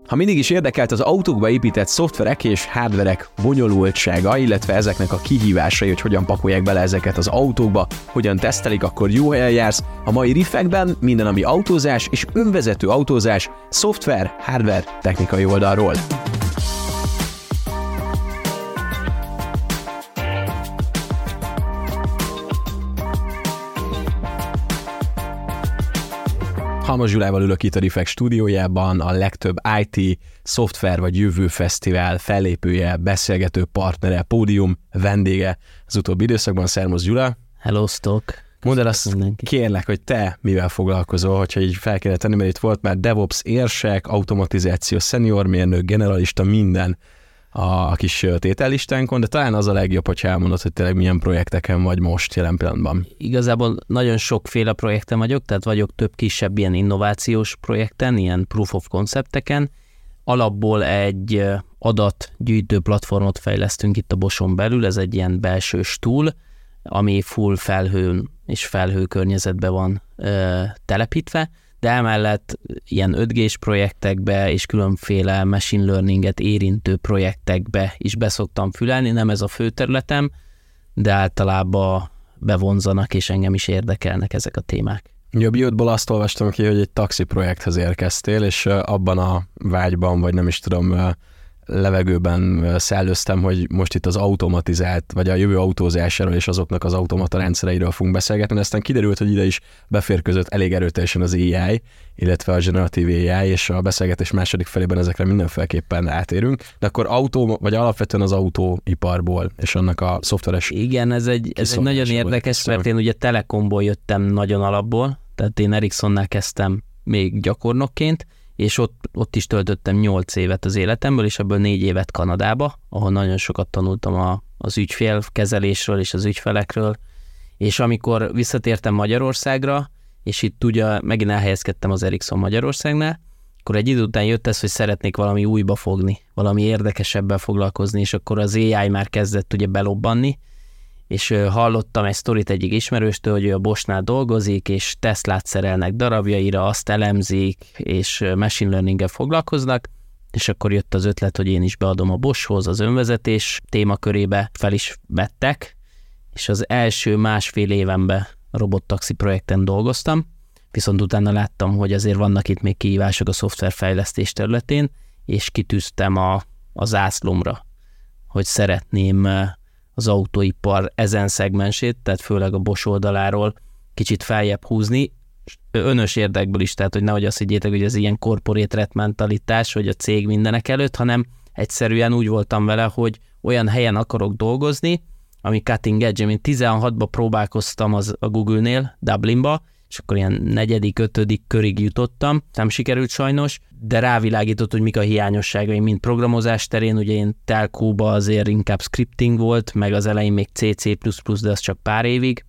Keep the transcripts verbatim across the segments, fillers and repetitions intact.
Ha mindig is érdekelt az autókba épített szoftverek és hardverek bonyolultsága, illetve ezeknek a kihívásai, hogy hogyan pakolják bele ezeket az autókba, hogyan tesztelik, akkor jó helyen jársz. A mai riffekben minden, ami autózás és önvezető autózás, szoftver, hardware, technikai oldalról. Halmos Gyulával ülök itt a Riffek stúdiójában, a legtöbb i té, szoftver vagy jövő fesztivál fellépője, beszélgető partnere, pódium vendége az utóbbi időszakban. Szervusz Gyula! Hello-sztok! Mondd el azt, kérlek, hogy te mivel foglalkozol, hogyha így fel kéne tenni, mert itt volt már DevOps érsek, automatizáció, szeniormérnök, generalista, minden a kis tétellistánkon, de talán az a legjobb, hogyha elmondod, hogy tényleg milyen projekteken vagy most jelen pillanatban. Igazából nagyon sokféle projekten vagyok, tehát vagyok több kisebb ilyen innovációs projekten, ilyen proof of concepteken. Alapból egy adatgyűjtő platformot fejlesztünk itt a Boson belül, ez egy ilyen belsős tool, ami full felhőn és felhő környezetben van ö, telepítve, de emellett ilyen öt gés projektekbe és különféle machine learninget érintő projektekbe is beszoktam fülelni, nem ez a fő területem, de általában bevonzanak és engem is érdekelnek ezek a témák. A biódból azt olvastam ki, hogy egy taxi projekthez érkeztél, és abban a vágyban, vagy nem is tudom, levegőben szellőztem, hogy most itt az automatizált, vagy a jövő autózásáról és azoknak az automata rendszereiről fogunk beszélgetni, de aztán kiderült, hogy ide is beférközött elég erőteljesen az á i, illetve a generatív á i, és a beszélgetés második felében ezekre mindenféleképpen átérünk, de akkor autó, vagy alapvetően az autóiparból, és annak a szoftveres... Igen, ez egy, ez egy nagyon érdekes, mert én ugye Telekomból jöttem nagyon alapból, tehát én Ericssonnál kezdtem még gyakornokként, és ott, ott is töltöttem nyolc évet az életemből, és ebből négy évet Kanadába, ahol nagyon sokat tanultam a, az ügyfélkezelésről és az ügyfelekről, és amikor visszatértem Magyarországra, és itt ugye megint elhelyezkedtem az Ericsson Magyarországnál, akkor egy idő után jött ez, hogy szeretnék valami újba fogni, valami érdekesebben foglalkozni, és akkor az á i már kezdett ugye belobbanni, és hallottam egy sztorit egyik ismerőstől, hogy ő a Boschnál dolgozik, és Teslát szerelnek darabjaira, azt elemzik, és machine learninggel foglalkoznak, és akkor jött az ötlet, hogy én is beadom a Boschhoz, az önvezetés témakörébe fel is vettek, és az első másfél évenben a robottaxi projekten dolgoztam, viszont utána láttam, hogy azért vannak itt még kihívások a szoftverfejlesztés területén, és kitűztem a, a zászlomra, hogy szeretném az autóipar ezen szegmensét, tehát főleg a Bosch oldaláról kicsit feljebb húzni, önös érdekből is, tehát hogy nehogy azt higgyétek, hogy ez ilyen corporate ret mentalitás, hogy a cég mindenek előtt, hanem egyszerűen úgy voltam vele, hogy olyan helyen akarok dolgozni, ami cutting edge. Én tizenhatban próbálkoztam az, a Google-nél, Dublinba, és akkor ilyen negyedik, ötödik körig jutottam, nem sikerült sajnos, de rávilágított, hogy mik a hiányosságai, mint programozás terén, ugye én telkóba azért inkább scripting volt, meg az elején még C C plus plus, de az csak pár évig,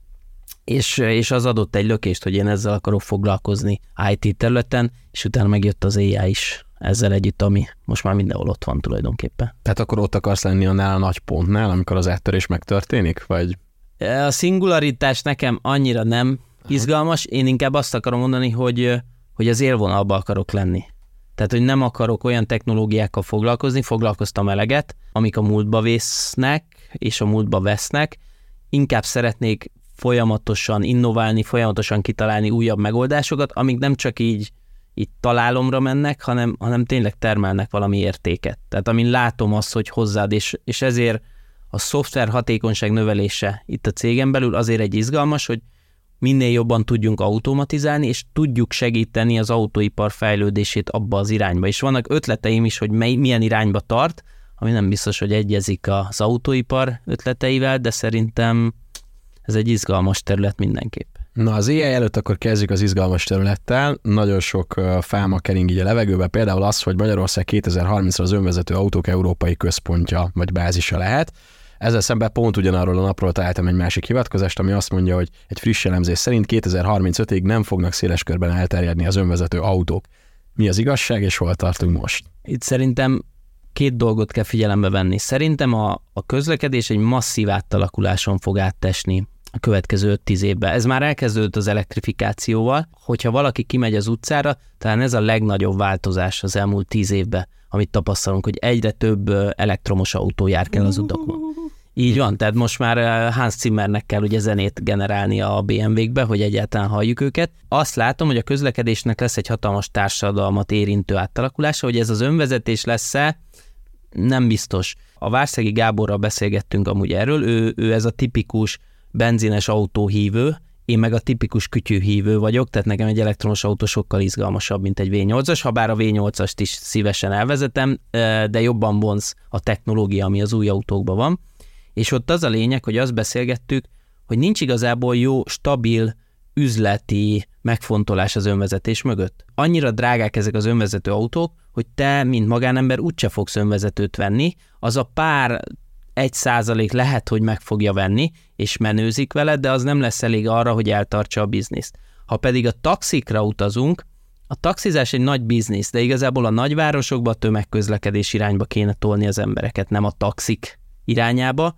és, és az adott egy lökést, hogy én ezzel akarok foglalkozni i té területen, és utána megjött az á i is ezzel együtt, ami most már mindenhol ott van tulajdonképpen. Tehát akkor ott akarsz lenni annál a nagy pontnál, amikor az áttörés megtörténik, vagy? A szingularitás nekem annyira nem izgalmas, én inkább azt akarom mondani, hogy, hogy az élvonalba akarok lenni. Tehát, hogy nem akarok olyan technológiákkal foglalkozni, foglalkoztam eleget, amik a múltba vésznek, és a múltba vesznek, inkább szeretnék folyamatosan innoválni, folyamatosan kitalálni újabb megoldásokat, amik nem csak így, így találomra mennek, hanem, hanem tényleg termelnek valami értéket. Tehát amin látom azt, hogy hozzád, és, és ezért a szoftver hatékonyság növelése itt a cégen belül azért egy izgalmas, hogy minél jobban tudjunk automatizálni, és tudjuk segíteni az autóipar fejlődését abba az irányba. És vannak ötleteim is, hogy mely, milyen irányba tart, ami nem biztos, hogy egyezik az autóipar ötleteivel, de szerintem ez egy izgalmas terület mindenképp. Na, az á i előtt akkor kezdjük az izgalmas területtel. Nagyon sok fáma kering így a levegőben, például az, hogy Magyarország kétezer-harmincra az önvezető autók európai központja vagy bázisa lehet. Ezzel szemben pont ugyanarról a napról találtam egy másik hivatkozást, ami azt mondja, hogy egy friss elemzés szerint kétezer-harmincötig nem fognak széles körben elterjedni az önvezető autók. Mi az igazság, és hol tartunk most? Itt szerintem két dolgot kell figyelembe venni. Szerintem a, a közlekedés egy masszív átalakuláson fog áttesni a következő öt-tíz évben. Ez már elkezdődött az elektrifikációval, hogyha valaki kimegy az utcára, talán ez a legnagyobb változás az elmúlt tíz évben, amit tapasztalunk, hogy egyre több elektromos autó jár kell az utakon. Így van, tehát most már Hans Zimmernek kell ugye zenét generálni a bé em vé-kbe, hogy egyáltalán halljuk őket. Azt látom, hogy a közlekedésnek lesz egy hatalmas társadalmat érintő átalakulása, hogy ez az önvezetés lesz-e, nem biztos. A Várszegi Gáborral beszélgettünk amúgy erről, ő, ő ez a tipikus benzines autóhívő, én meg a tipikus kütyűhívő vagyok, tehát nekem egy elektromos autó sokkal izgalmasabb, mint egy vé nyolcas, ha bár a vé nyolcast is szívesen elvezetem, de jobban vonz a technológia, ami az új autókban van. És ott az a lényeg, hogy azt beszélgettük, hogy nincs igazából jó, stabil, üzleti megfontolás az önvezetés mögött. Annyira drágák ezek az önvezető autók, hogy te, mint magánember úgyse fogsz önvezetőt venni, az a pár egy százalék lehet, hogy meg fogja venni, és menőzik vele, de az nem lesz elég arra, hogy eltartsa a bizniszt. Ha pedig a taxikra utazunk, a taxizás egy nagy biznisz, de igazából a nagyvárosokban a tömegközlekedés irányba kéne tolni az embereket, nem a taxik irányába.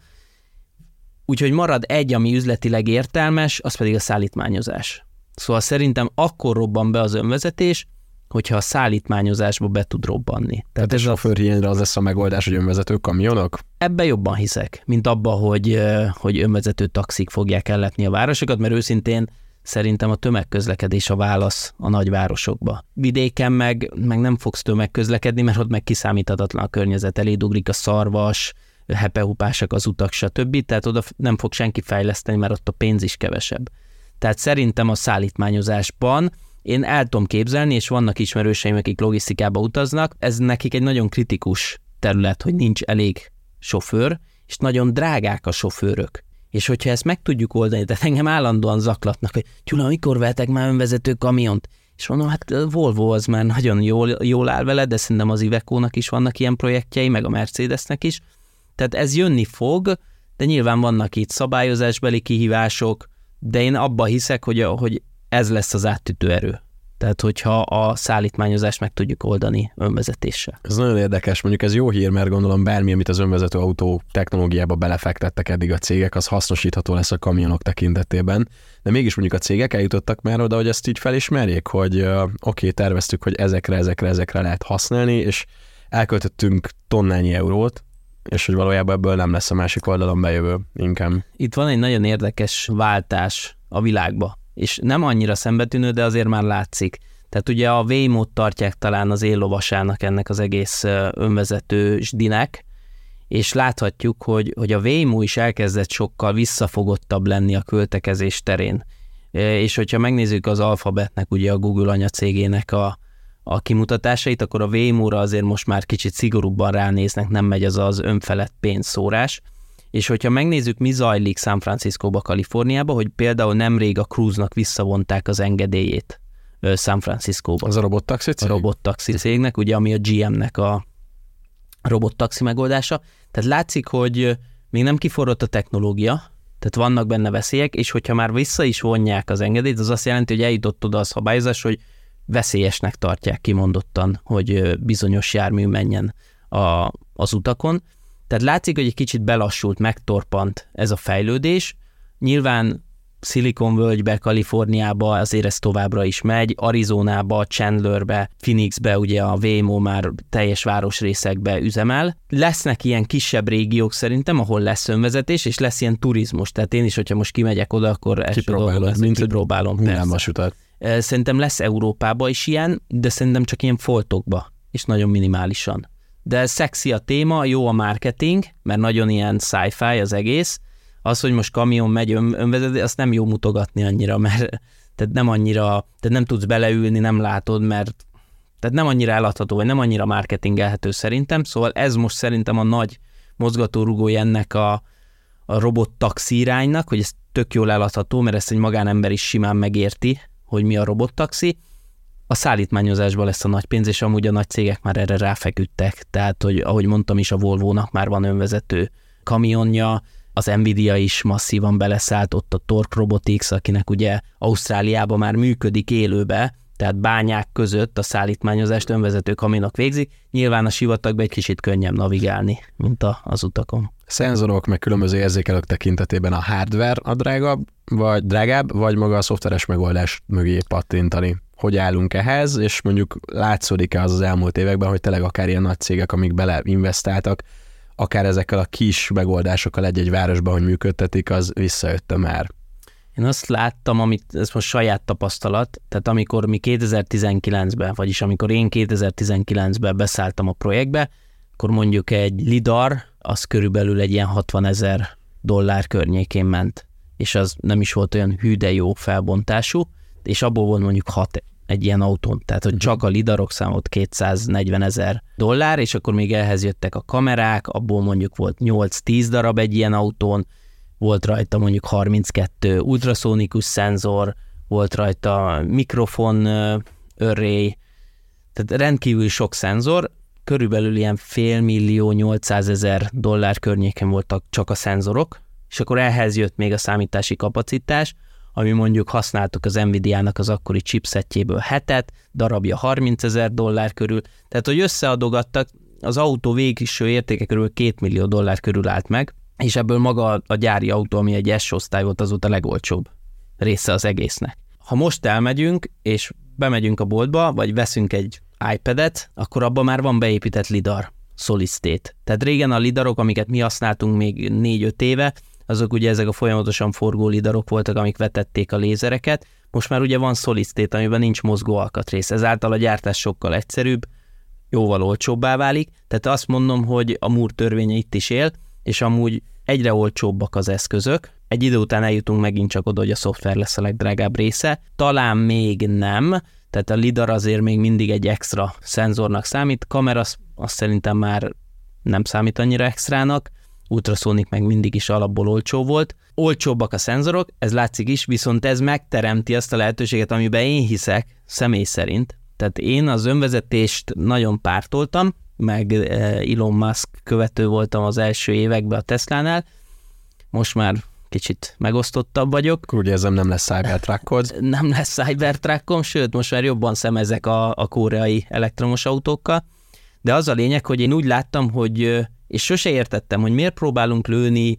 Úgyhogy marad egy, ami üzletileg értelmes, az pedig a szállítmányozás. Szóval szerintem akkor robban be az önvezetés, hogyha a szállítmányozásba be tud robbanni. Tehát ez a sofőrhiányra az lesz a megoldás, hogy önvezető kamionok? Ebben jobban hiszek, mint abba, hogy, hogy önvezető taxik fogják elletni a városokat, mert őszintén szerintem a tömegközlekedés a válasz a nagyvárosokba. Vidéken meg, meg nem fogsz tömegközlekedni, mert ott meg kiszámíthatatlan a környezet, eléd ugrik a szarvas, hepehupásak az utak, stb. Tehát oda nem fog senki fejleszteni, mert ott a pénz is kevesebb. Tehát szerintem a szállítmányozásban én el tudom képzelni, és vannak ismerőseim, akik logisztikába utaznak, ez nekik egy nagyon kritikus terület, hogy nincs elég sofőr, és nagyon drágák a sofőrök. És hogyha ezt meg tudjuk oldani, tehát engem állandóan zaklatnak, hogy Gyula, mikor vehetek már önvezető kamiont? És mondom, hát Volvo az már nagyon jól, jól áll vele, de szerintem az Iveco-nak is vannak ilyen projektjei, meg a Mercedesnek is. Tehát ez jönni fog, de nyilván vannak itt szabályozásbeli kihívások, de én abban hiszek, hogy, hogy ez lesz az átütő erő. Tehát, hogyha a szállítmányozást meg tudjuk oldani önvezetéssel. Ez nagyon érdekes, mondjuk ez jó hír, mert gondolom bármi, amit az önvezető autó technológiába belefektettek eddig a cégek, az hasznosítható lesz a kamionok tekintetében. De mégis mondjuk a cégek eljutottak már oda, hogy ezt így felismerjék, hogy uh, oké, okay, terveztük, hogy ezekre, ezekre, ezekre lehet használni, és elköltöttünk tonnányi eurót, és hogy valójában ebből nem lesz a másik oldalon bejövő inkább. Itt van egy nagyon érdekes váltás a világba, és nem annyira szembetűnő, de azért már látszik. Tehát ugye a Waymo-t tartják talán az éllovasának ennek az egész önvezető zsdinek, és láthatjuk, hogy, hogy a Waymo is elkezdett sokkal visszafogottabb lenni a költekezés terén. És hogyha megnézzük az Alphabetnek, ugye a Google anyacégének a a kimutatásait, akkor a Waymo-ra azért most már kicsit szigorúbban ránéznek, nem megy az az önfelett pénzszórás. És hogyha megnézzük, mi zajlik San Franciscóba, Kaliforniába, hogy például nemrég a Cruise-nak visszavonták az engedélyét San Franciscóba. Az a robottaxi cég? A robottaxi cégnek, ugye, ami a gé em-nek a robottaxi megoldása. Tehát látszik, hogy még nem kiforrott a technológia, tehát vannak benne veszélyek, és hogyha már vissza is vonják az engedélyt, az azt jelenti, hogy eljutott oda a szabályozás, hogy veszélyesnek tartják kimondottan, hogy bizonyos jármű menjen a, az utakon. Tehát látszik, hogy egy kicsit belassult, megtorpant ez a fejlődés. Nyilván Silicon Valley-be, Kaliforniába azért ez továbbra is megy, Arizonába, Chandlerbe, Phoenixbe ugye a Waymo már teljes városrészekbe üzemel. Lesznek ilyen kisebb régiók szerintem, ahol lesz önvezetés, és lesz ilyen turizmus. Tehát én is, hogyha most kimegyek oda, akkor első dolog lesz, mint kipróbálom. Minden vasutat. Szerintem lesz Európában is ilyen, de szerintem csak ilyen foltokba, és nagyon minimálisan. De szexi a téma, jó a marketing, mert nagyon ilyen sci-fi az egész. Az, hogy most kamion megy ön, önvezető, azt nem jó mutogatni annyira, mert tehát nem annyira, tehát nem tudsz beleülni, nem látod, mert tehát nem annyira eladható, vagy nem annyira marketingelhető szerintem. Szóval ez most szerintem a nagy mozgatórugója ennek a, a robottaxi iránynak, hogy ez tök jól eladható, mert ezt egy magánember is simán megérti, hogy mi a robottaxi. A szállítmányozásban lesz a nagy pénz, és amúgy a nagy cégek már erre ráfeküdtek. Tehát, hogy ahogy mondtam is, a Volvo-nak már van önvezető kamionja, az Nvidia is masszívan beleszállt, ott a Torque Robotics, akinek ugye Ausztráliában már működik élőbe, tehát bányák között a szállítmányozást önvezető kamionok végzik. Nyilván a sivatagban egy kicsit könnyebb navigálni, mint a, az utakon. Szenzorok meg különböző érzékelők tekintetében a hardware a drágább, vagy drágább, vagy maga a szoftveres megoldás mögé pattintani. Hogy állunk ehhez, és mondjuk látszódik-e az az elmúlt években, hogy tényleg akár ilyen nagy cégek, amik beleinvestáltak, akár ezekkel a kis megoldásokkal egy-egy városban, hogy működtetik, az visszajötte már. Én azt láttam, amit, ez most saját tapasztalat, tehát amikor mi kétezer-tizenkilencben, vagyis amikor én kétezer-tizenkilencben beszálltam a projektbe, akkor mondjuk egy lidar, az körülbelül egy ilyen hatvanezer dollár környékén ment, és az nem is volt olyan hű de jó felbontású, és abból volt mondjuk hat egy ilyen autón, tehát hogy csak a lidarok számolt kétszáznegyvenezer dollár, és akkor még ehhez jöttek a kamerák, abból mondjuk volt nyolc-tíz darab egy ilyen autón, volt rajta mondjuk harminckettő ultraszónikus szenzor, volt rajta mikrofon array, tehát rendkívül sok szenzor, körülbelül ilyen félmillió nyolcszázezer dollár környéken voltak csak a szenzorok, és akkor ehhez jött még a számítási kapacitás, ami mondjuk használtuk az Nvidia-nak az akkori chipsetjéből hetet, darabja harmincezer dollár körül, tehát hogy összeadogattak, az autó végső értéke körül két millió dollár körül állt meg, és ebből maga a gyári autó, ami egy S-osztály volt, az volt a legolcsóbb része az egésznek. Ha most elmegyünk, és bemegyünk a boltba, vagy veszünk egy iPad-et, akkor abban már van beépített lidar, solid state. Tehát régen a lidarok, amiket mi használtunk még négy-öt éve, azok ugye ezek a folyamatosan forgó lidarok voltak, amik vetették a lézereket. Most már ugye van solid state, amiben nincs mozgó alkatrész, ezáltal a gyártás sokkal egyszerűbb, jóval olcsóbbá válik. Tehát azt mondom, hogy a Moore törvénye itt is él, és amúgy egyre olcsóbbak az eszközök. Egy idő után eljutunk megint csak oda, hogy a szoftver lesz a legdrágább része. Talán még nem, tehát a lidar azért még mindig egy extra szenzornak számít, kamera azt szerintem már nem számít annyira extrának, ultrasonic meg mindig is alapból olcsó volt. Olcsóbbak a szenzorok, ez látszik is, viszont ez megteremti azt a lehetőséget, amiben én hiszek személy szerint. Tehát én az önvezetést nagyon pártoltam, meg Elon Musk követő voltam az első években a Teslánál, most már kicsit megosztottabb vagyok. Úgy érzem, nem lesz Cybertruckod. Nem lesz Cybertruckom, sőt, most már jobban szemezek a, a koreai elektromos autókkal, de az a lényeg, hogy én úgy láttam, hogy, és sose értettem, hogy miért próbálunk lőni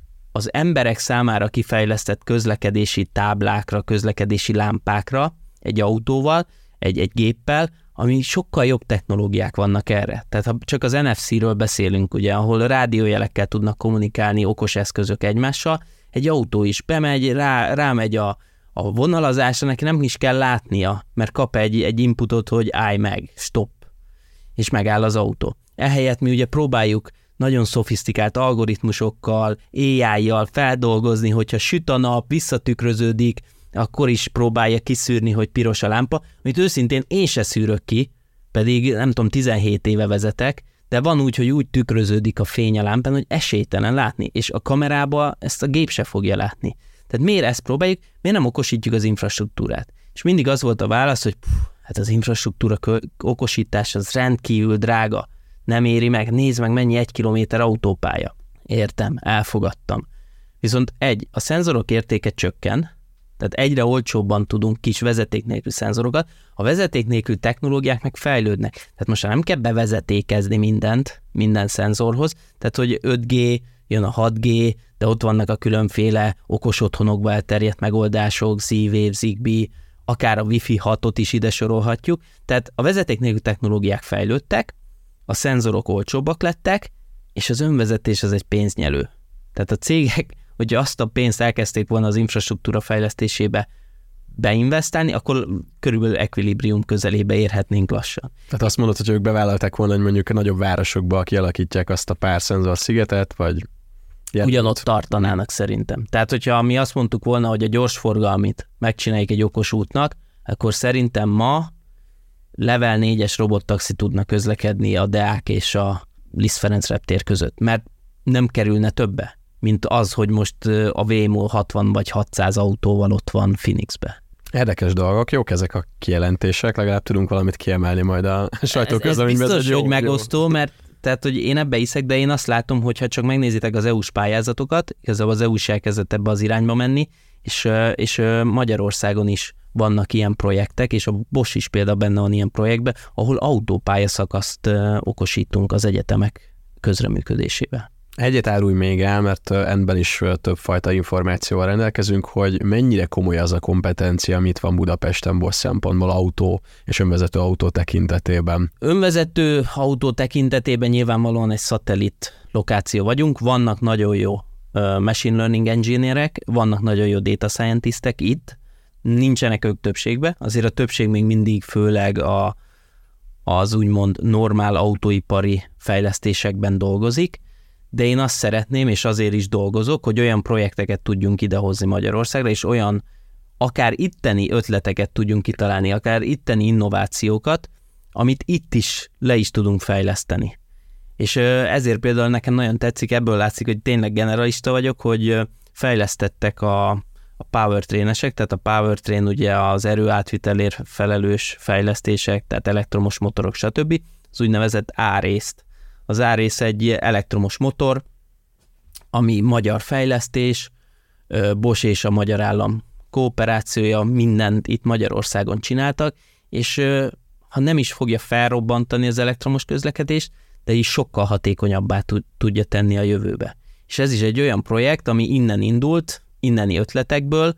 az emberek számára kifejlesztett közlekedési táblákra, közlekedési lámpákra egy autóval, egy, egy géppel, ami sokkal jobb technológiák vannak erre. Tehát ha csak az en ef cé-ről beszélünk, ugye, ahol a rádiójelekkel tudnak kommunikálni okos eszközök egymással, egy autó is bemegy, rá, rámegy a, a vonalazásra, neki nem is kell látnia, mert kap egy, egy inputot, hogy állj meg, stop, és megáll az autó. Ehelyett mi ugye próbáljuk nagyon szofisztikált algoritmusokkal, á í-jal feldolgozni, hogyha süt a nap, visszatükröződik, akkor is próbálja kiszűrni, hogy piros a lámpa, amit őszintén én se szűrök ki, pedig nem tudom, tizenhét éve vezetek, de van úgy, hogy úgy tükröződik a fény a lámpán, hogy esélytelen látni, és a kamerába ezt a gép se fogja látni. Tehát miért ezt próbáljuk, miért nem okosítjuk az infrastruktúrát? És mindig az volt a válasz, hogy pff, hát az infrastruktúra okosítás az rendkívül drága, nem éri meg, nézd meg mennyi egy kilométer autópálya. Értem, elfogadtam. Viszont egy, a szenzorok értéke csökken, tehát egyre olcsóbban tudunk kis vezeték nélkül szenzorokat, a vezeték nélkül technológiák meg fejlődnek. Tehát most nem kell bevezetékezni mindent, minden szenzorhoz, tehát hogy öt G, jön a hat G, de ott vannak a különféle okos otthonokba elterjedt megoldások, Z-Wave, Zigbee, akár a Wi-Fi hatot is ide sorolhatjuk. Tehát a vezeték nélkül technológiák fejlődtek, a szenzorok olcsóbbak lettek, és az önvezetés az egy pénznyelő. Tehát a cégek, hogyha azt a pénzt elkezdték volna az infrastruktúra fejlesztésébe beinvestálni, akkor körülbelül equilibrium közelébe érhetnénk lassan. Tehát azt mondod, hogy ők bevállalták volna, hogy mondjuk a nagyobb városokba kialakítják azt a pár szenzor szigetet, vagy... Ugyanott tartanának szerintem. Tehát, hogyha mi azt mondtuk volna, hogy a gyorsforgalmit megcsináljuk egy okos útnak, akkor szerintem ma level négyes robottaxi tudna közlekedni a Deák és a Liszt Ferenc reptér között, mert nem kerülne többe, mint az, hogy most a vé em o hatvan vagy hatszáz autóval ott van Phoenixbe. Érdekes dolgok, jók ezek a kijelentések, legalább tudunk valamit kiemelni majd a sajtóközleményben. Ez, ez biztos, hogy megosztó, mert tehát, hogy én ebbe hiszek, de én azt látom, hogy ha csak megnézitek az é u-s pályázatokat, igazából az é u is elkezdett ebbe az irányba menni, és, és Magyarországon is vannak ilyen projektek, és a Bosch is például benne van ilyen projektben, ahol autópályaszakaszt okosítunk az egyetemek közreműködésével. Egyet árulj még el, mert ebben is többfajta információval rendelkezünk, hogy mennyire komoly az a kompetencia, amit van Budapesten Bosch szempontból autó és önvezető autó tekintetében. Önvezető autó tekintetében nyilvánvalóan egy szatellit lokáció vagyunk, vannak nagyon jó machine learning engineerek, vannak nagyon jó data scientistek itt, nincsenek ők többségbe, azért a többség még mindig főleg a, az úgymond normál autóipari fejlesztésekben dolgozik, de én azt szeretném, és azért is dolgozok, hogy olyan projekteket tudjunk idehozni Magyarországra, és olyan akár itteni ötleteket tudjunk kitalálni, akár itteni innovációkat, amit itt is le is tudunk fejleszteni. És ezért például nekem nagyon tetszik, ebből látszik, hogy tényleg generalista vagyok, hogy fejlesztettek a, a powertrainesek, tehát a powertrain ugye az erőátvitelért felelős fejlesztések, tehát elektromos motorok, stb. Az úgynevezett A-részt. Az A-rész egy elektromos motor, ami magyar fejlesztés, Bosch és a magyar állam kooperációja, mindent itt Magyarországon csináltak, és ha nem is fogja felrobbantani az elektromos közlekedést, de is sokkal hatékonyabbá tudja tenni a jövőbe. És ez is egy olyan projekt, ami innen indult, inneni ötletekből,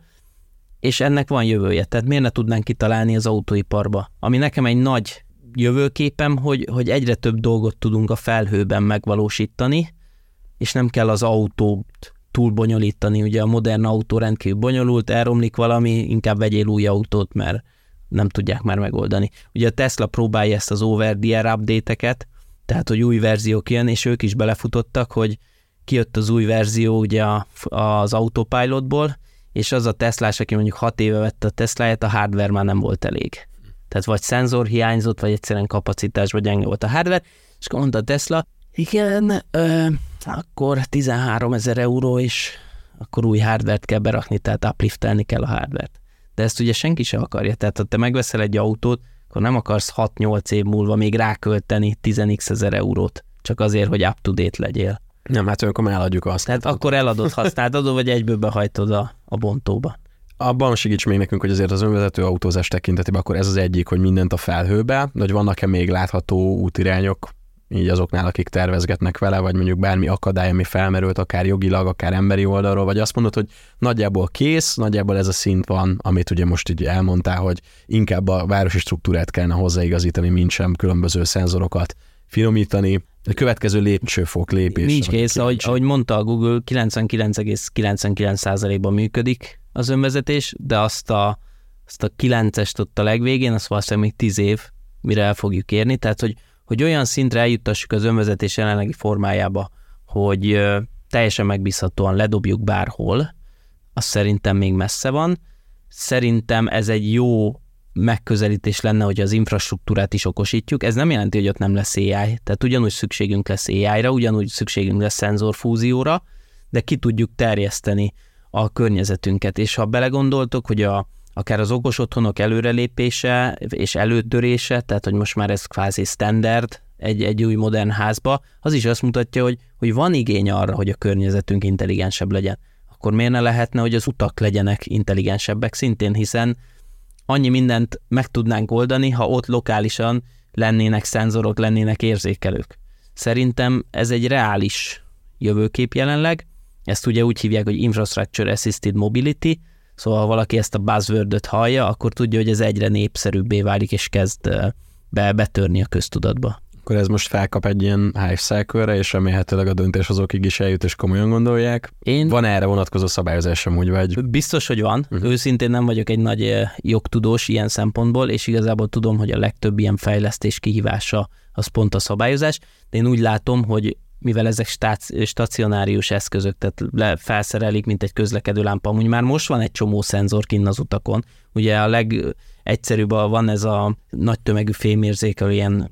és ennek van jövője. Tehát miért ne tudnánk kitalálni az autóiparba? Ami nekem egy nagy jövőképem, hogy, hogy egyre több dolgot tudunk a felhőben megvalósítani, és nem kell az autót túl bonyolítani. Ugye a modern autó rendkívül bonyolult, elromlik valami, inkább vegyél új autót, mert nem tudják már megoldani. Ugye a Tesla próbálja ezt az over-the-air update-eket, tehát, hogy új verziók jön, és ők is belefutottak, hogy kijött az új verzió ugye a, az autopilotból, és az a Teslás, aki mondjuk hat éve vette a Tesláját, a hardware már nem volt elég. Tehát vagy szenzor hiányzott, vagy egyszerűen kapacitásban gyenge volt a hardware, és akkor mondta a Tesla, igen, ö, akkor tizenháromezer euró, és akkor új hardware-t kell berakni, tehát upliftelni kell a hardware-t. De ezt ugye senki sem akarja, tehát ha te megveszel egy autót, akkor nem akarsz hat-nyolc év múlva még rákölteni tíz ezer eurót, csak azért, hogy up-to-date legyél. Nem, hát akkor eladjuk azt. Tehát akkor eladod, használod, vagy egyből behajtod a, a bontóba. Abban segíts még nekünk, hogy azért az önvezető autózás tekintetében akkor ez az egyik, hogy mindent a felhőbe, vagy vannak-e még látható útirányok, így azoknál, akik tervezgetnek vele, vagy mondjuk bármi akadály, ami felmerült, akár jogilag, akár emberi oldalról, vagy azt mondod, hogy nagyjából kész, nagyjából ez a szint van, amit ugye most így elmondtál, hogy inkább a városi struktúrát kellene hozzáigazítani, mint sem különböző szenzorokat finomítani. A következő lépcsőfok lépés. Nincs kész, ahogy, ahogy mondta a Google, kilencvenkilenc egész kilencvenkilenc százalékban működik az önvezetés, de azt a, azt a kilencest ott a legvégén, azt valószínűleg még tíz év, mire el fogjuk érni, tehát hogy hogy olyan szintre eljuttassuk az önvezetés jelenlegi formájába, hogy ö, teljesen megbízhatóan ledobjuk bárhol, az szerintem még messze van. Szerintem ez egy jó megközelítés lenne, hogy az infrastruktúrát is okosítjuk. Ez nem jelenti, hogy ott nem lesz á i, tehát ugyanúgy szükségünk lesz á i-ra, ugyanúgy szükségünk lesz szenzorfúzióra, de ki tudjuk terjeszteni a környezetünket. És ha belegondoltok, hogy a akár az okos otthonok előrelépése és előtörése, tehát hogy most már ez kvázi standard egy, egy új modern házba, az is azt mutatja, hogy, hogy van igény arra, hogy a környezetünk intelligensebb legyen. Akkor miért ne lehetne, hogy az utak legyenek intelligensebbek szintén, hiszen annyi mindent meg tudnánk oldani, ha ott lokálisan lennének szenzorok, lennének érzékelők. Szerintem ez egy reális jövőkép jelenleg, ezt ugye úgy hívják, hogy Infrastructure Assisted Mobility, szóval ha valaki ezt a buzzword-öt hallja, akkor tudja, hogy ez egyre népszerűbbé válik, és kezd be, betörni a köztudatba. Akkor ez most felkap egy ilyen hype cycle-re, és remélhetőleg a döntéshozókig is eljut, és komolyan gondolják. Én... Van erre vonatkozó szabályozás sem, úgy vagy? Biztos, hogy van. Uh-huh. Őszintén nem vagyok egy nagy jogtudós ilyen szempontból, és igazából tudom, hogy a legtöbb ilyen fejlesztés kihívása az pont a szabályozás, de én úgy látom, hogy mivel ezek stáci- stacionárius eszközök, tehát le, felszerelik, mint egy közlekedő lámpa. Amúgy már most van egy csomó szenzor kinn az utakon. Ugye a legegyszerűbb van ez a nagy tömegű fémérzékelő, ilyen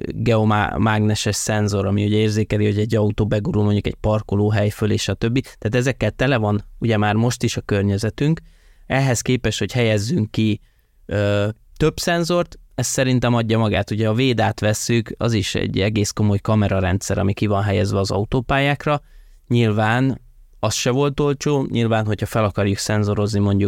geomágneses szenzor, ami ugye érzékeli, hogy egy autó begurul mondjuk egy parkolóhely föl, és a többi. Tehát ezekkel tele van ugye már most is a környezetünk. Ehhez képest, hogy helyezzünk ki ö, több szenzort, ez szerintem adja magát. Ugye a Védát vesszük, az is egy egész komoly kamerarendszer, ami ki van helyezve az autópályákra. Nyilván az se volt olcsó, nyilván, hogyha fel akarjuk szenzorozni mondjuk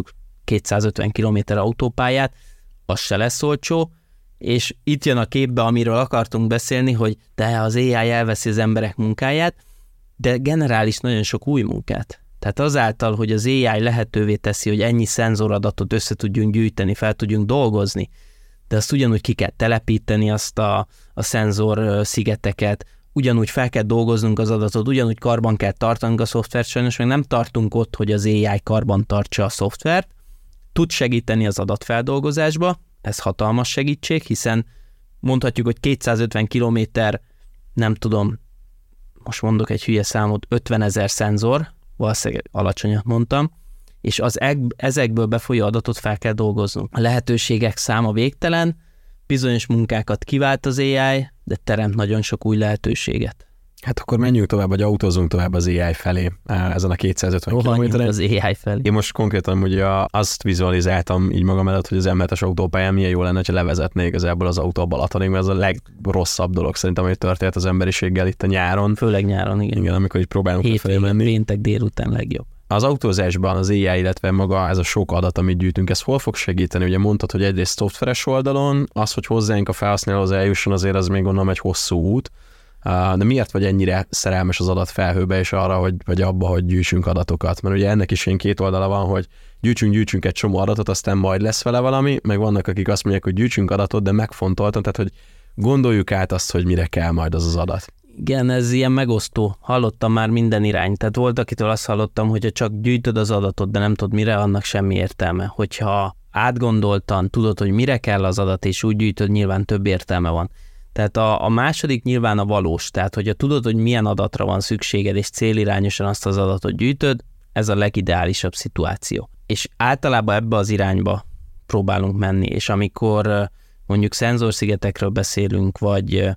kétszázötven kilométer autópályát, az se lesz olcsó, és itt jön a képbe, amiről akartunk beszélni, hogy de az á i elveszi az emberek munkáját, de generál is nagyon sok új munkát. Tehát azáltal, hogy az á i lehetővé teszi, hogy ennyi szenzoradatot össze tudjunk gyűjteni, fel tudjunk dolgozni, de azt ugyanúgy ki kell telepíteni, azt a, a szenzor szigeteket, ugyanúgy fel kell dolgoznunk az adatot, ugyanúgy karban kell tartanunk a szoftvert, sajnos meg nem tartunk ott, hogy az á i karban tartsa a szoftvert, tud segíteni az adatfeldolgozásba, ez hatalmas segítség, hiszen mondhatjuk, hogy kétszázötven kilométer, nem tudom, most mondok egy hülye számot, ötvenezer szenzor, valószínűleg alacsonyat mondtam, és az ezekből befolyó adatot fel kell dolgoznunk. A lehetőségek száma végtelen, bizonyos munkákat kivált az á i, de teremt nagyon sok új lehetőséget. Hát akkor menjünk tovább, vagy autózunk tovább az á i felé ezen a kétszázötven kilométeren. az á i felé. Én most konkrétan ugye azt vizualizáltam így magam előtt, hogy az em hetes autópályán milyen jó lenne, ha levezetné igazából az autó a Balatonig, mert ez a legrosszabb dolog szerintem, ami történt az emberiséggel itt a nyáron. Főleg nyáron, igen. Igen, amikor így próbálunk lefelé menni. Péntek délután legjobb. Az autózásban az á i, illetve maga ez a sok adat, amit gyűjtünk, ez hol fog segíteni? Ugye mondtad, hogy egyrészt szoftveres oldalon, az, hogy hozzánk a felhasználóhoz eljusson, azért az még gondolom egy hosszú út. De miért vagy ennyire szerelmes az adatfelhőbe és arra, hogy, vagy abba, hogy gyűjtsünk adatokat? Mert ugye ennek is ilyen két oldala van, hogy gyűjtsünk, gyűjtsünk egy csomó adatot, aztán majd lesz vele valami, meg vannak, akik azt mondják, hogy gyűjtsünk adatot, de megfontoltan, tehát hogy gondoljuk át azt, hogy mire kell majd az az adat. Igen, ez ilyen megosztó. Hallottam már minden irány. Tehát volt, akitől azt hallottam, hogy csak gyűjtöd az adatot, de nem tudod mire, annak semmi értelme. Hogyha átgondoltan tudod, hogy mire kell az adat, és úgy gyűjtöd, nyilván több értelme van. Tehát a, a második nyilván a valós. Tehát, hogyha tudod, hogy milyen adatra van szükséged, és célirányosan azt az adatot gyűjtöd, ez a legideálisabb szituáció. És általában ebbe az irányba próbálunk menni, és amikor mondjuk szenzorszigetekről beszélünk, vagy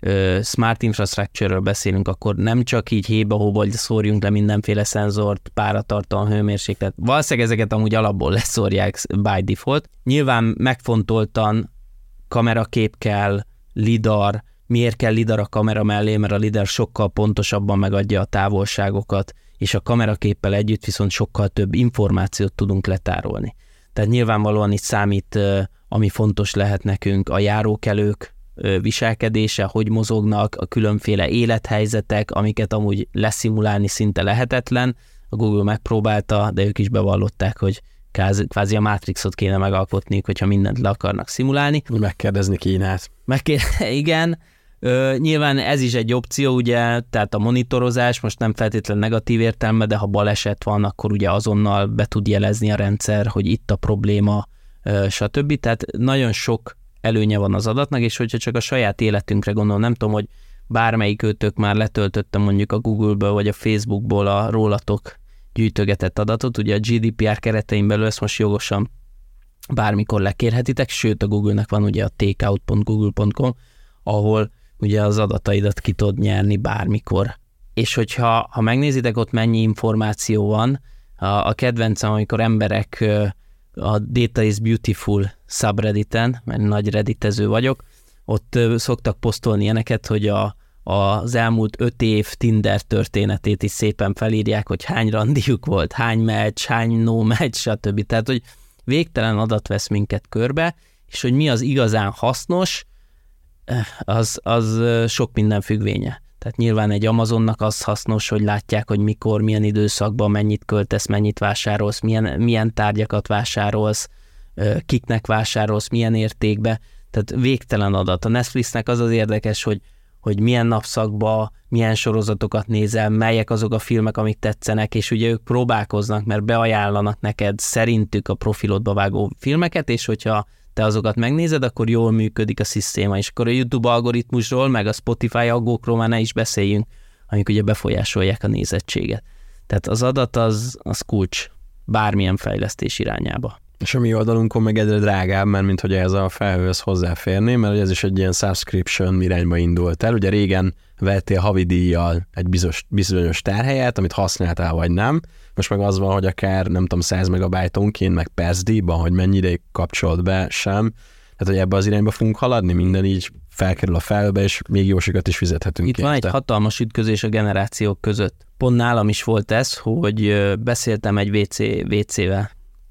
smart infrastructure-ről beszélünk, akkor nem csak így héba-hóba szórjunk le mindenféle szenzort, páratartalom, hőmérséklet. Valószínűleg ezeket amúgy alapból leszórják by default. Nyilván megfontoltan kamerakép kell, lidar, miért kell lidar a kamera mellé, mert a lidar sokkal pontosabban megadja a távolságokat, és a kameraképpel együtt viszont sokkal több információt tudunk letárolni. Tehát nyilvánvalóan itt számít, ami fontos lehet nekünk, a járókelők viselkedése, hogy mozognak, a különféle élethelyzetek, amiket amúgy leszimulálni szinte lehetetlen. A Google megpróbálta, de ők is bevallották, hogy kvázi a Matrixot kéne megalkotniuk, hogyha mindent le akarnak szimulálni. Megkérdezni Kínát. Megkérdezi, igen. Ö, nyilván ez is egy opció, ugye, tehát a monitorozás most nem feltétlenül negatív értelme, de ha baleset van, akkor ugye azonnal be tud jelezni a rendszer, hogy itt a probléma, ö, stb. Tehát nagyon sok előnye van az adatnak, és hogyha csak a saját életünkre gondolom, nem tudom, hogy bármelyik őtök már letöltötte mondjuk a Google-ből, vagy a Facebookból a rólatok gyűjtögetett adatot, ugye a gé dé pé er keretein belül ezt most jogosan bármikor lekérhetitek, sőt a Google-nek van ugye a takeout pont google pont com, ahol ugye az adataidat ki tudod nyerni bármikor. És hogyha ha megnézitek, ott mennyi információ van, a, a kedvencem, amikor emberek a Data is Beautiful subredditen, mert nagy redditező vagyok, ott szoktak posztolni ilyeneket, hogy a, az elmúlt öt év Tinder történetét is szépen felírják, hogy hány randiuk volt, hány meccs, hány no meccs, stb. Tehát, hogy végtelen adat vesz minket körbe, és hogy mi az igazán hasznos, az, az sok minden függvénye. Tehát nyilván egy Amazonnak az hasznos, hogy látják, hogy mikor, milyen időszakban mennyit költesz, mennyit vásárolsz, milyen, milyen tárgyakat vásárolsz, kiknek vásárolsz, milyen értékbe. Tehát végtelen adat. A Netflixnek az az érdekes, hogy, hogy milyen napszakban, milyen sorozatokat nézel, melyek azok a filmek, amik tetszenek, és ugye ők próbálkoznak, mert beajánlanak neked szerintük a profilodba vágó filmeket, és hogyha te azokat megnézed, akkor jól működik a szisztéma, és akkor a YouTube algoritmusról, meg a Spotify algókról már ne is beszéljünk, amik ugye befolyásolják a nézettséget. Tehát az adat az, az kulcs bármilyen fejlesztés irányába. És a mi oldalunkon meg egyre drágább, mert mint hogy ez a felhőhöz hozzáférni, mert ez is egy ilyen subscription irányba indult el. Ugye régen vettél havidíjjal egy bizonyos, bizonyos tárhelyet, amit használtál vagy nem. Most meg az van, hogy akár nem tudom száz megabájtonként, meg percdíjban, hogy mennyi ideig kapcsolod be sem. Tehát, hogy ebbe az irányba fogunk haladni, minden így felkerül a felhőbe, és még jósikat is fizethetünk. Itt van egy hatalmas ütközés a generációk között. Pont nálam is volt ez, hogy beszéltem egy vé cé, vé cével,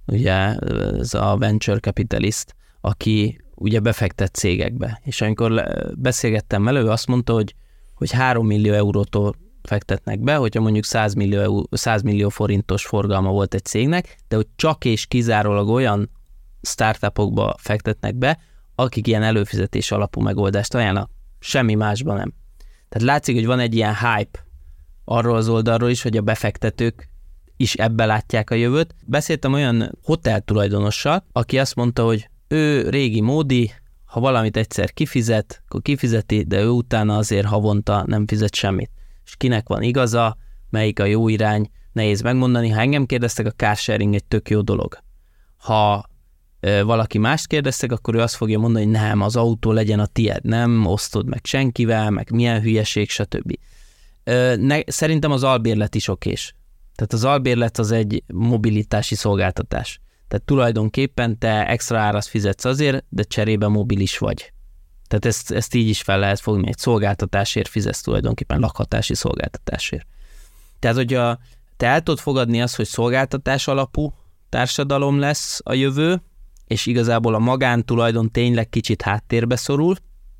ugye ez a venture capitalist, aki ugye befektet cégekbe. És amikor beszélgettem vele, ő azt mondta, hogy, hogy három millió eurótól fektetnek be, hogyha mondjuk száz millió, száz millió forintos forgalma volt egy cégnek, de hogy csak és kizárólag olyan startupokba fektetnek be, akik ilyen előfizetés alapú megoldást ajánlnak. Semmi másban nem. Tehát látszik, hogy van egy ilyen hype arról az oldalról is, hogy a befektetők is ebbe látják a jövőt. Beszéltem olyan hotel tulajdonossal, aki azt mondta, hogy ő régi módi, ha valamit egyszer kifizet, akkor kifizeti, de ő utána azért havonta nem fizet semmit. És kinek van igaza, melyik a jó irány, nehéz megmondani. Ha engem kérdeztek, a carsharing egy tök jó dolog. Ha ö, valaki mást kérdeztek, akkor ő azt fogja mondani, hogy nem, az autó legyen a tied, nem osztod meg senkivel, meg milyen hülyeség, stb. Ö, ne, szerintem az albérlet is okés. Tehát az albérlet az egy mobilitási szolgáltatás. Tehát tulajdonképpen te extra árat fizetsz azért, de cserébe mobilis vagy. Tehát ezt, ezt így is fel lehet fogni, egy szolgáltatásért fizetsz tulajdonképpen, lakhatási szolgáltatásért. Tehát, hogyha te el tudod fogadni azt, hogy szolgáltatás alapú társadalom lesz a jövő, és igazából a magántulajdon tényleg kicsit háttérbe szorul,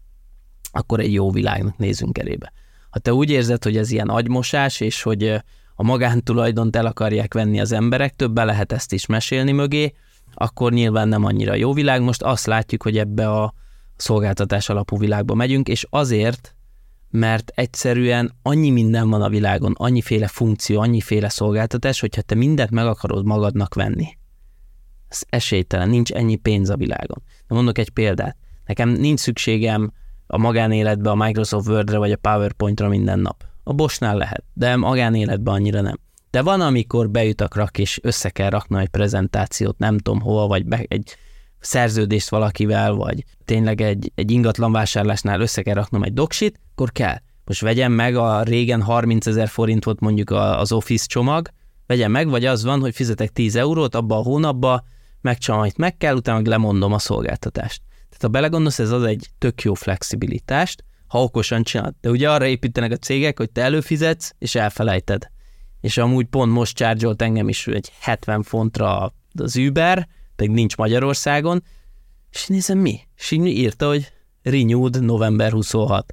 akkor egy jó világnak nézünk elébe. Ha te úgy érzed, hogy ez ilyen agymosás, és hogy a magántulajdont el akarják venni az emberek, többen lehet ezt is mesélni mögé, akkor nyilván nem annyira jó világ. Most azt látjuk, hogy ebbe a szolgáltatás alapú világba megyünk, és azért, mert egyszerűen annyi minden van a világon, annyiféle funkció, annyiféle szolgáltatás, hogyha te mindent meg akarod magadnak venni. Ez esélytelen, nincs ennyi pénz a világon. De mondok egy példát. Nekem nincs szükségem a magánéletbe a Microsoft Wordre vagy a PowerPointra minden nap. A Boschnál lehet, de magánéletben annyira nem. De van, amikor beüt a krak, és össze kell raknom egy prezentációt, nem tudom hova, vagy be, egy szerződést valakivel, vagy tényleg egy, egy ingatlan vásárlásnál össze kell raknom egy doksit, akkor kell. Most vegyem meg, a régen harmincezer forint volt mondjuk az Office csomag, vegyem meg, vagy az van, hogy fizetek tíz eurót, abba a hónapba megcsinálom, amit meg kell, utána meg lemondom a szolgáltatást. Tehát ha belegondolsz, ez az egy tök jó flexibilitást, ha okosan csinálod. De ugye arra építenek a cégek, hogy te előfizetsz, és elfelejted. És amúgy pont most charge-olt engem is egy hetven fontra az Uber, pedig nincs Magyarországon, és nézem mi? És így írta, hogy renewed november huszonhat.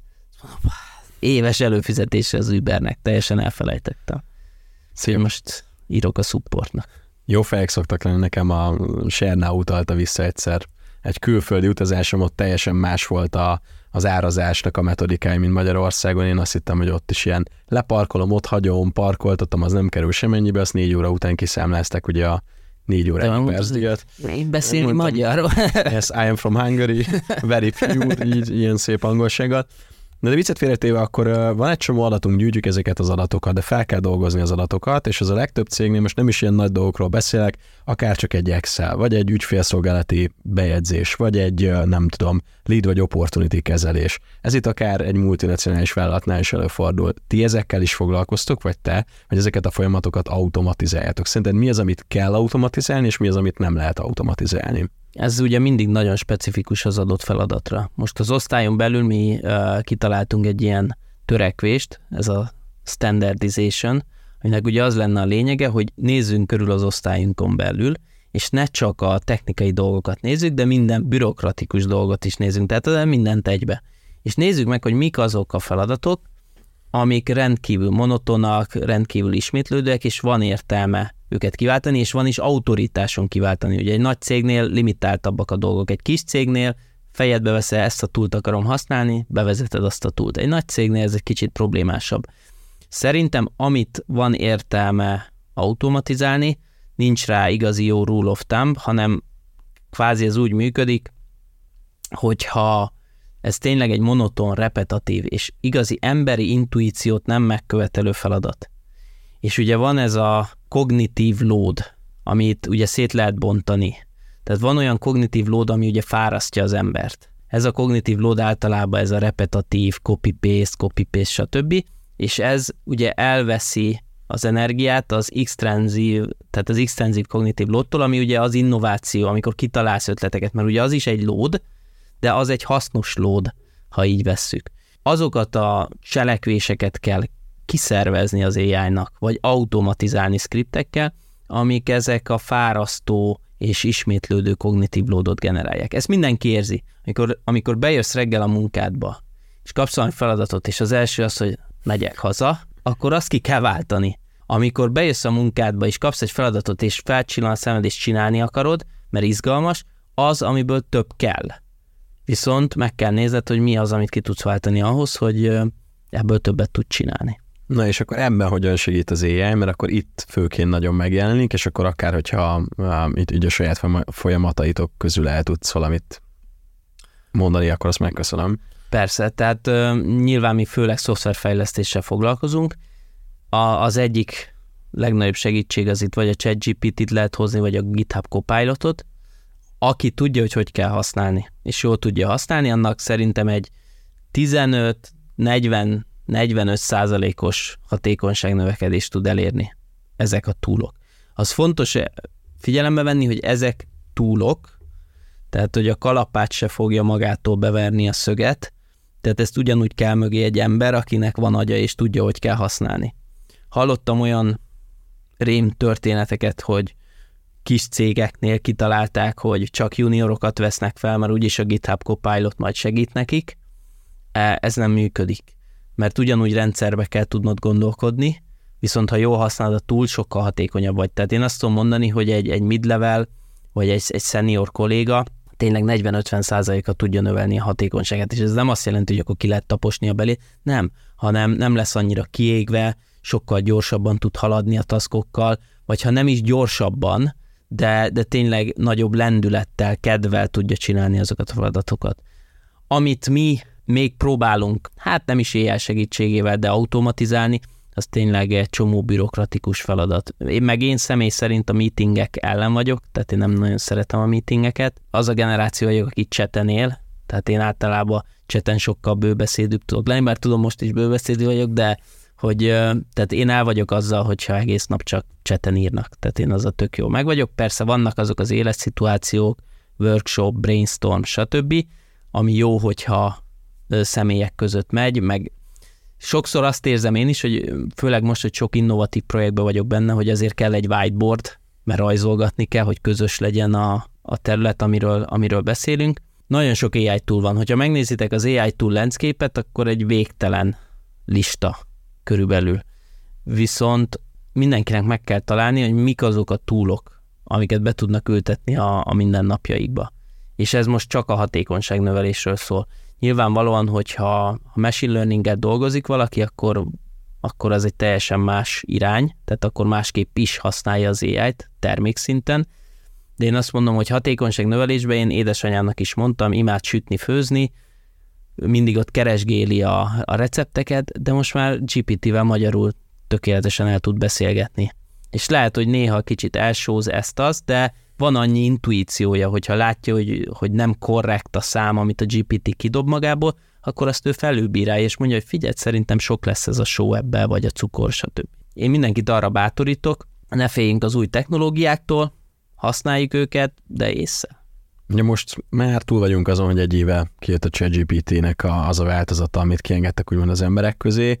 Éves előfizetése az Ubernek, teljesen elfelejtettem. Szóval most írok a supportnak. Jó fejek szoktak lenni, nekem a Sernau utalta vissza egyszer. Egy külföldi utazásom, ott teljesen más volt a, az árazásnak a metodikája, mint Magyarországon. Én azt hittem, hogy ott is ilyen leparkolom, ott hagyom, parkoltatom, az nem kerül semennyibe, azt négy óra után kiszámlázták ugye a négy órás percdíjat. Én beszélni magyarul. Yes, I am from Hungary, very pure, így, ilyen szép angolsággal. De, de viccet félretéve, akkor van egy csomó adatunk, gyűjtjük ezeket az adatokat, de fel kell dolgozni az adatokat, és az a legtöbb cégnél, most nem is ilyen nagy dolgokról beszélek, akár csak egy Excel, vagy egy ügyfélszolgálati bejegyzés, vagy egy, nem tudom, lead vagy opportunity kezelés. Ez itt akár egy multinacionális vállalatnál is előfordul. Ti ezekkel is foglalkoztok, vagy te, hogy ezeket a folyamatokat automatizáljátok? Szerinted mi az, amit kell automatizálni, és mi az, amit nem lehet automatizálni? Ez ugye mindig nagyon specifikus az adott feladatra. Most az osztályon belül mi uh, kitaláltunk egy ilyen törekvést, ez a standardization, aminek ugye az lenne a lényege, hogy nézzünk körül az osztályunkon belül, és ne csak a technikai dolgokat nézzük, de minden bürokratikus dolgot is nézzünk, tehát mindent egybe. És nézzük meg, hogy mik azok a feladatok, amik rendkívül monotonak, rendkívül ismétlődőek, és van értelme őket kiváltani, és van is autoritáson kiváltani. Ugye egy nagy cégnél limitáltabbak a dolgok. Egy kis cégnél fejedbe veszel, ezt a túlt akarom használni, bevezeted azt a túlt. Egy nagy cégnél ez egy kicsit problémásabb. Szerintem, amit van értelme automatizálni, nincs rá igazi jó rule of thumb, hanem kvázi ez úgy működik, hogyha ez tényleg egy monoton, repetatív és igazi emberi intuíciót nem megkövetelő feladat. És ugye van ez a kognitív load, amit ugye szét lehet bontani. Tehát van olyan kognitív load, ami ugye fárasztja az embert. Ez a kognitív load általában ez a repetatív, copy-paste, copy-paste, stb. És ez ugye elveszi az energiát az extenzív, tehát az extenzív kognitív loadtól, ami ugye az innováció, amikor kitalálsz ötleteket, mert ugye az is egy load, de az egy hasznos load, ha így vesszük. Azokat a cselekvéseket kell kiszervezni az á í-nak, vagy automatizálni skriptekkel, amik ezek a fárasztó és ismétlődő kognitív loadot generálják. Ezt mindenki érzi. Amikor, amikor bejössz reggel a munkádba, és kapsz valami feladatot, és az első az, hogy megyek haza, akkor azt ki kell váltani. Amikor bejössz a munkádba, és kapsz egy feladatot, és felcsillan a szemed, és csinálni akarod, mert izgalmas, az, amiből több kell. Viszont meg kell nézned, hogy mi az, amit ki tudsz váltani ahhoz, hogy ebből többet tudsz csinálni. Na és akkor ebben hogyan segít az á i, mert akkor itt főként nagyon megjelenik, és akkor akár, hogyha uh, itt ugye a saját folyamataitok közül el tudsz valamit mondani, akkor azt megköszönöm. Persze, tehát uh, nyilván mi főleg szoftverfejlesztéssel foglalkozunk. A, az egyik legnagyobb segítség az itt vagy a ChatGPT-t lehet hozni, vagy a GitHub Copilotot, aki tudja, hogy hogy kell használni, és jól tudja használni, annak szerintem egy tizenöt negyven negyvenöt százalékos hatékonyságnövekedést tud elérni ezek a toolok. Az fontos figyelembe venni, hogy ezek toolok, tehát hogy a kalapács se fogja magától beverni a szöget, tehát ezt ugyanúgy kell mögé egy ember, akinek van agya és tudja, hogy kell használni. Hallottam olyan rém történeteket, hogy kis cégeknél kitalálták, hogy csak juniorokat vesznek fel, mert úgyis a GitHub Copilot majd segít nekik. Ez nem működik, mert ugyanúgy rendszerbe kell tudnod gondolkodni, viszont ha jól használod a tool, sokkal hatékonyabb vagy. Tehát én azt tudom mondani, hogy egy, egy mid-level, vagy egy, egy senior kolléga tényleg negyven-ötven százaléka tudja növelni a hatékonyságát, és ez nem azt jelenti, hogy akkor ki lehet taposni a belét, nem, hanem nem lesz annyira kiégve, sokkal gyorsabban tud haladni a taskokkal, vagy ha nem is gyorsabban, de, de tényleg nagyobb lendülettel, kedvel tudja csinálni azokat a feladatokat. Amit mi még próbálunk, hát nem is á i segítségével, de automatizálni, az tényleg egy csomó bürokratikus feladat. Én meg én személy szerint a meetingek ellen vagyok, tehát én nem nagyon szeretem a meetingeket. Az a generáció vagyok, aki chaten él, tehát én általában chaten sokkal bőbeszédűbb tudok lenni, bár tudom, most is bőbeszédű vagyok, de hogy tehát én el vagyok azzal, hogyha egész nap csak chaten írnak, tehát én azzal tök jó meg vagyok. Persze vannak azok az életszituációk, workshop, brainstorm, stb., ami jó, hogyha személyek között megy, meg sokszor azt érzem én is, hogy főleg most, hogy sok innovatív projektben vagyok benne, hogy azért kell egy whiteboard, mert rajzolgatni kell, hogy közös legyen a, a terület, amiről, amiről beszélünk. Nagyon sok á i tool van. Hogyha megnézitek az á i tool landscape-et, akkor egy végtelen lista körülbelül. Viszont mindenkinek meg kell találni, hogy mik azok a toolok, amiket be tudnak ültetni a, a mindennapjaikba. És ez most csak a hatékonyságnövelésről szól. Nyilvánvalóan, hogyha ha machine learning-et dolgozik valaki, akkor, akkor az egy teljesen más irány, tehát akkor másképp is használja az á i-t termékszinten. De én azt mondom, hogy hatékonyságnövelésben én édesanyámnak is mondtam, imád sütni, főzni, mindig ott keresgéli a, a recepteket, de most már gé pé té-vel magyarul tökéletesen el tud beszélgetni. És lehet, hogy néha kicsit elsóz ezt-azt, de van annyi intuíciója, hogyha látja, hogy, hogy nem korrekt a szám, amit a gé pé té kidob magából, akkor azt ő felülbírálja, és mondja, hogy figyelj, szerintem sok lesz ez a só ebbe, vagy a cukor, stb. Én mindenkit arra bátorítok, ne féljünk az új technológiáktól, használjuk őket, de észre. Ugye most már túl vagyunk azon, hogy egy éve kijött a ChatGPT-nek az a változata, amit kiengedtek úgymond az emberek közé.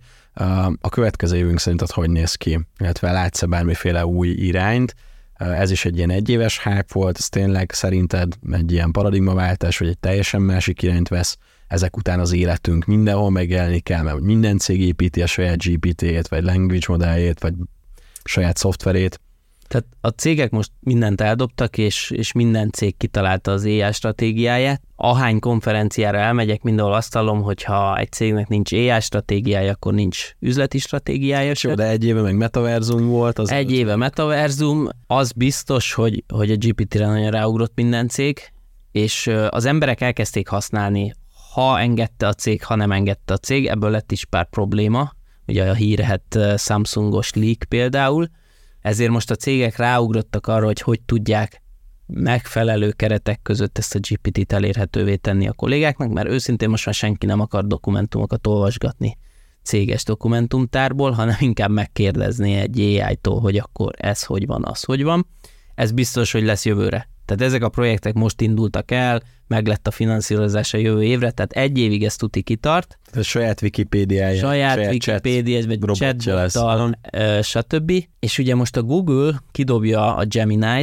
A következő évünk szerint az hogy néz ki? Illetve látsz-e bármiféle új irányt? Ez is egy ilyen egyéves hype volt, ez tényleg szerinted egy ilyen paradigmaváltás, vagy egy teljesen másik irányt vesz, ezek után az életünk mindenhol megjelenik kell, mert minden cég építi a saját gé pé té-jét, vagy language modelljét, vagy saját szoftverét. Tehát a cégek most mindent eldobtak, és, és minden cég kitalálta az á i stratégiáját. Ahány konferenciára elmegyek, mindenhol azt hallom, hogy ha egy cégnek nincs á i stratégiája, akkor nincs üzleti stratégiája. Jó, de egy éve meg metaverzum volt. Az egy éve metaverzum, az biztos, hogy, hogy a gé pé té-re nagyon ráugrott minden cég, és az emberek elkezdték használni, ha engedte a cég, ha nem engedte a cég, ebből lett is pár probléma, ugye a hírhet Samsungos leak például, ezért most a cégek ráugrottak arra, hogy hogy tudják megfelelő keretek között ezt a gé pé té-t elérhetővé tenni a kollégáknak, mert őszintén most már senki nem akar dokumentumokat olvasgatni céges dokumentumtárból, hanem inkább megkérdezni egy á i-tól, hogy akkor ez hogy van, az hogy van. Ez biztos, hogy lesz jövőre. Tehát ezek a projektek most indultak el, meg lett a finanszírozása jövő évre, tehát egy évig ez tuti kitart. A saját Wikipédiája. Saját, saját Wikipédia, vagy chatbottal, stb. És ugye most a Google kidobja a Gemini-t,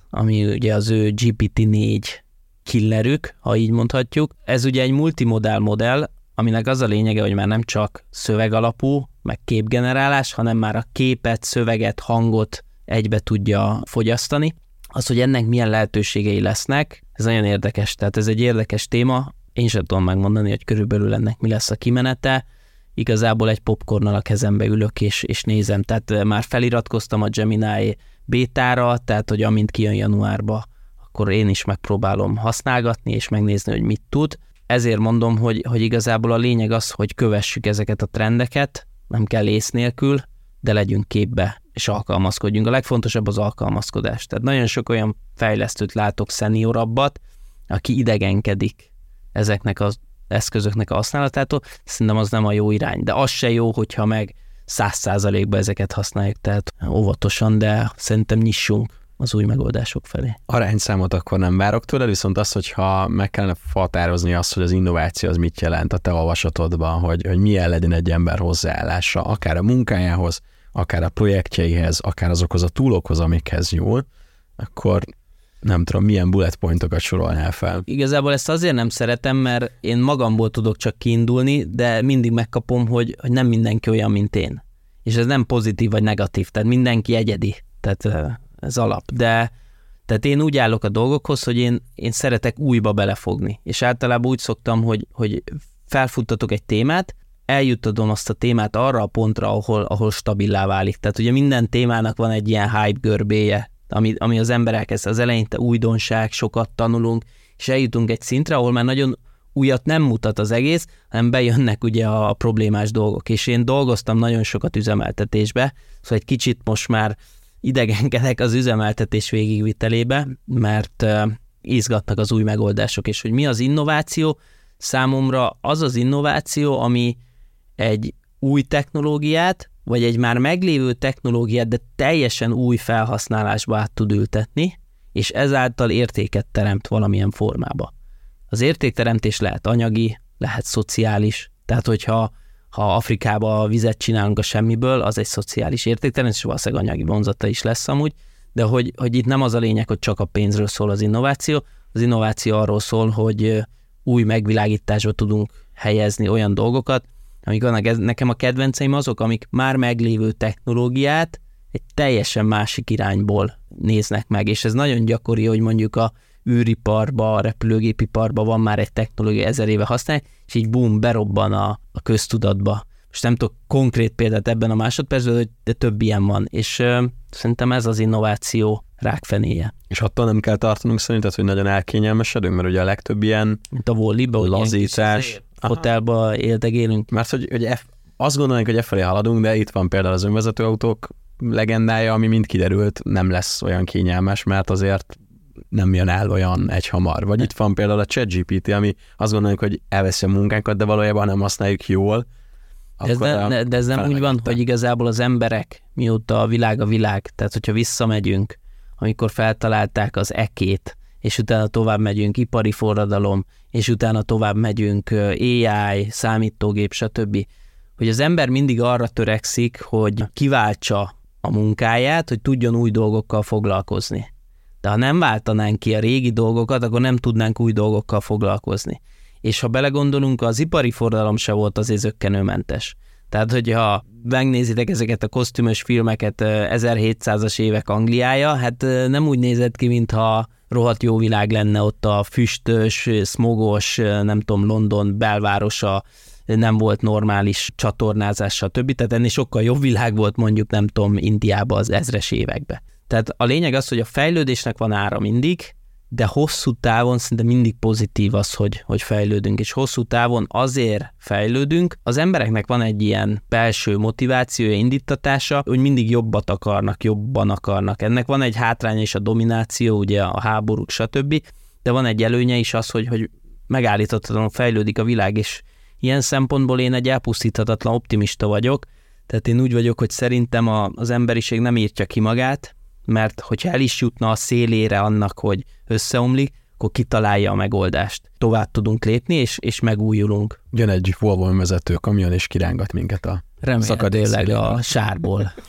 ami ugye az ő gé pé té négy killerük, ha így mondhatjuk. Ez ugye egy multimodál modell, aminek az a lényege, hogy már nem csak szövegalapú, meg képgenerálás, hanem már a képet, szöveget, hangot egybe tudja fogyasztani. Az, hogy ennek milyen lehetőségei lesznek, ez nagyon érdekes. Tehát ez egy érdekes téma. Én sem tudom megmondani, hogy körülbelül ennek mi lesz a kimenete. Igazából egy popcornnal a kezembe ülök és, és nézem. Tehát már feliratkoztam a Gemini bétára, tehát hogy amint kijön januárba, akkor én is megpróbálom használgatni és megnézni, hogy mit tud. Ezért mondom, hogy, hogy igazából a lényeg az, hogy kövessük ezeket a trendeket, nem kell ész nélkül, de legyünk képbe és alkalmazkodjunk. A legfontosabb az alkalmazkodás. Tehát nagyon sok olyan fejlesztőt látok szeniorabbat, aki idegenkedik ezeknek az eszközöknek a használatától, szerintem az nem a jó irány. De az se jó, hogyha meg száz százalékban ezeket használjuk, tehát óvatosan, de szerintem nyissunk az új megoldások felé. Arányszámot akkor nem várok tőle, viszont az, hogyha meg kellene határozni azt, hogy az innováció az mit jelent a te olvasatodban, hogy, hogy milyen legyen egy ember hozzáállása, akár a munkájához, akár a projektjeihez, akár azokhoz a túlokhoz, amikhez nyúl, akkor nem tudom, milyen bullet pointokat sorolnál fel. Igazából ezt azért nem szeretem, mert én magamból tudok csak kiindulni, de mindig megkapom, hogy, hogy nem mindenki olyan, mint én. És ez nem pozitív vagy negatív, tehát mindenki egyedi, tehát ez alap. De tehát én úgy állok a dolgokhoz, hogy én, én szeretek újba belefogni. És általában úgy szoktam, hogy, hogy felfuttatok egy témát, eljutodom azt a témát arra a pontra, ahol, ahol stabilá válik. Tehát ugye minden témának van egy ilyen hype görbéje, ami, ami az ember elkezd. Az eleinte újdonság, sokat tanulunk, és eljutunk egy szintre, ahol már nagyon újat nem mutat az egész, hanem bejönnek ugye a, a problémás dolgok. És én dolgoztam nagyon sokat üzemeltetésbe, szóval egy kicsit most már idegenkedek az üzemeltetés végigvitelébe, mert uh, izgatnak az új megoldások, és hogy mi az innováció, számomra az az innováció, ami egy új technológiát, vagy egy már meglévő technológiát, de teljesen új felhasználásba át tud ültetni, és ezáltal értéket teremt valamilyen formába. Az értékteremtés lehet anyagi, lehet szociális, tehát hogyha ha Afrikába vizet csinálunk a semmiből, az egy szociális értékteremtés, valószínűleg anyagi vonzata is lesz amúgy, de hogy, hogy itt nem az a lényeg, hogy csak a pénzről szól az innováció, az innováció arról szól, hogy új megvilágításba tudunk helyezni olyan dolgokat, amik vannak. Nekem a kedvenceim azok, amik már meglévő technológiát egy teljesen másik irányból néznek meg, és ez nagyon gyakori, hogy mondjuk a űriparba, a repülőgépiparba van már egy technológia, ezer éve használják, és így bum, berobban a, a köztudatba. Most nem tudok konkrét példát ebben a másodpercben, de több ilyen van, és ö, szerintem ez az innováció rákfenéje. És attól nem kell tartanunk szerinted, hogy nagyon elkényelmesedünk, mert ugye a legtöbb ilyen mint a Wall-E-be, lazítás, hotelba éltegélünk. Mert hogy, hogy F, azt gondoljuk, hogy e felé haladunk, de itt van például az önvezető autók legendája, ami mind kiderült, nem lesz olyan kényelmes, mert azért nem jön el olyan egyhamar. Vagy itt van például a ChatGPT, ami azt gondoljuk, hogy elveszi a munkánkat, de valójában nem használjuk jól. De ez, ne, de ez nem úgy van, hogy igazából az emberek, mióta a világ a világ, tehát hogyha visszamegyünk, amikor feltalálták az ekét, és utána tovább megyünk ipari forradalom, és utána tovább megyünk á i, számítógép, stb., hogy az ember mindig arra törekszik, hogy kiváltsa a munkáját, hogy tudjon új dolgokkal foglalkozni. De ha nem váltanánk ki a régi dolgokat, akkor nem tudnánk új dolgokkal foglalkozni. És ha belegondolunk, az ipari forradalom se volt azért zökkenőmentes. Tehát, hogyha megnézitek ezeket a kosztümös filmeket, ezerhétszázas évek Angliája, hát nem úgy nézett ki, mintha rohadt jó világ lenne ott a füstös, szmogos, nem tudom, London belvárosa, nem volt normális csatornázás, stb. Tehát ennél sokkal jobb világ volt mondjuk, nem tudom, Indiában az ezres években. Tehát a lényeg az, hogy a fejlődésnek van ára mindig, de hosszú távon szinte mindig pozitív az, hogy, hogy fejlődünk, és hosszú távon azért fejlődünk. Az embereknek van egy ilyen belső motivációja, indítatása, hogy mindig jobbat akarnak, jobban akarnak. Ennek van egy hátránya is, a domináció, ugye a háborúk, stb., de van egy előnye is az, hogy, hogy megállíthatatlanul fejlődik a világ, és ilyen szempontból én egy elpusztíthatatlan optimista vagyok, tehát én úgy vagyok, hogy szerintem a, az emberiség nem írtja ki magát, mert hogyha el is jutna a szélére annak, hogy összeomlik, akkor kitalálja a megoldást. Tovább tudunk lépni, és, és megújulunk. Jön egy Volvo vezető kamion, és kirángat minket a remélhetőleg a sárból.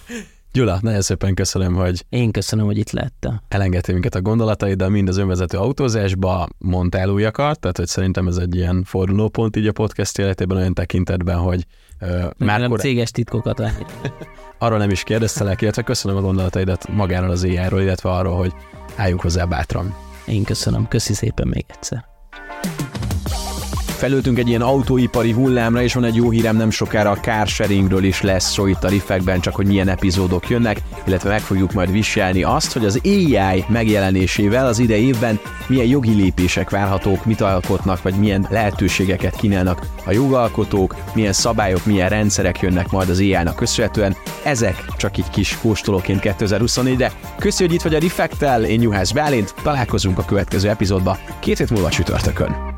Gyula, nagyon szépen köszönöm, hogy Én köszönöm, hogy itt lehettem. Elengedtél minket a gondolataiddal, mind az önvezető autózásba, mondtál újakat, tehát hogy szerintem ez egy ilyen fordulópont így a podcast életében olyan tekintetben, hogy uh, már nem korán... céges titkokat várni. Arról nem is kérdeztelek, illetve köszönöm a gondolataidat magáról az á i-ról, illetve arról, hogy álljunk hozzá bátran. Én köszönöm, köszi szépen még egyszer. Felültünk egy ilyen autóipari hullámra, és van egy jó hírem, nem sokára a carsharingről is lesz szó itt a Riffekben, csak hogy milyen epizódok jönnek, illetve meg fogjuk majd viselni azt, hogy az á i megjelenésével az idei évben milyen jogi lépések várhatók, mit alkotnak, vagy milyen lehetőségeket kínálnak a jogalkotók, milyen szabályok, milyen rendszerek jönnek majd az á i-nak köszönhetően. Ezek csak így kis kóstolóként kétezer-huszonnégyre. Köszi, hogy itt vagy a Riffektel, én Juhász Bálint, találkozunk a következő epizódba két hét múlva csütörtökön.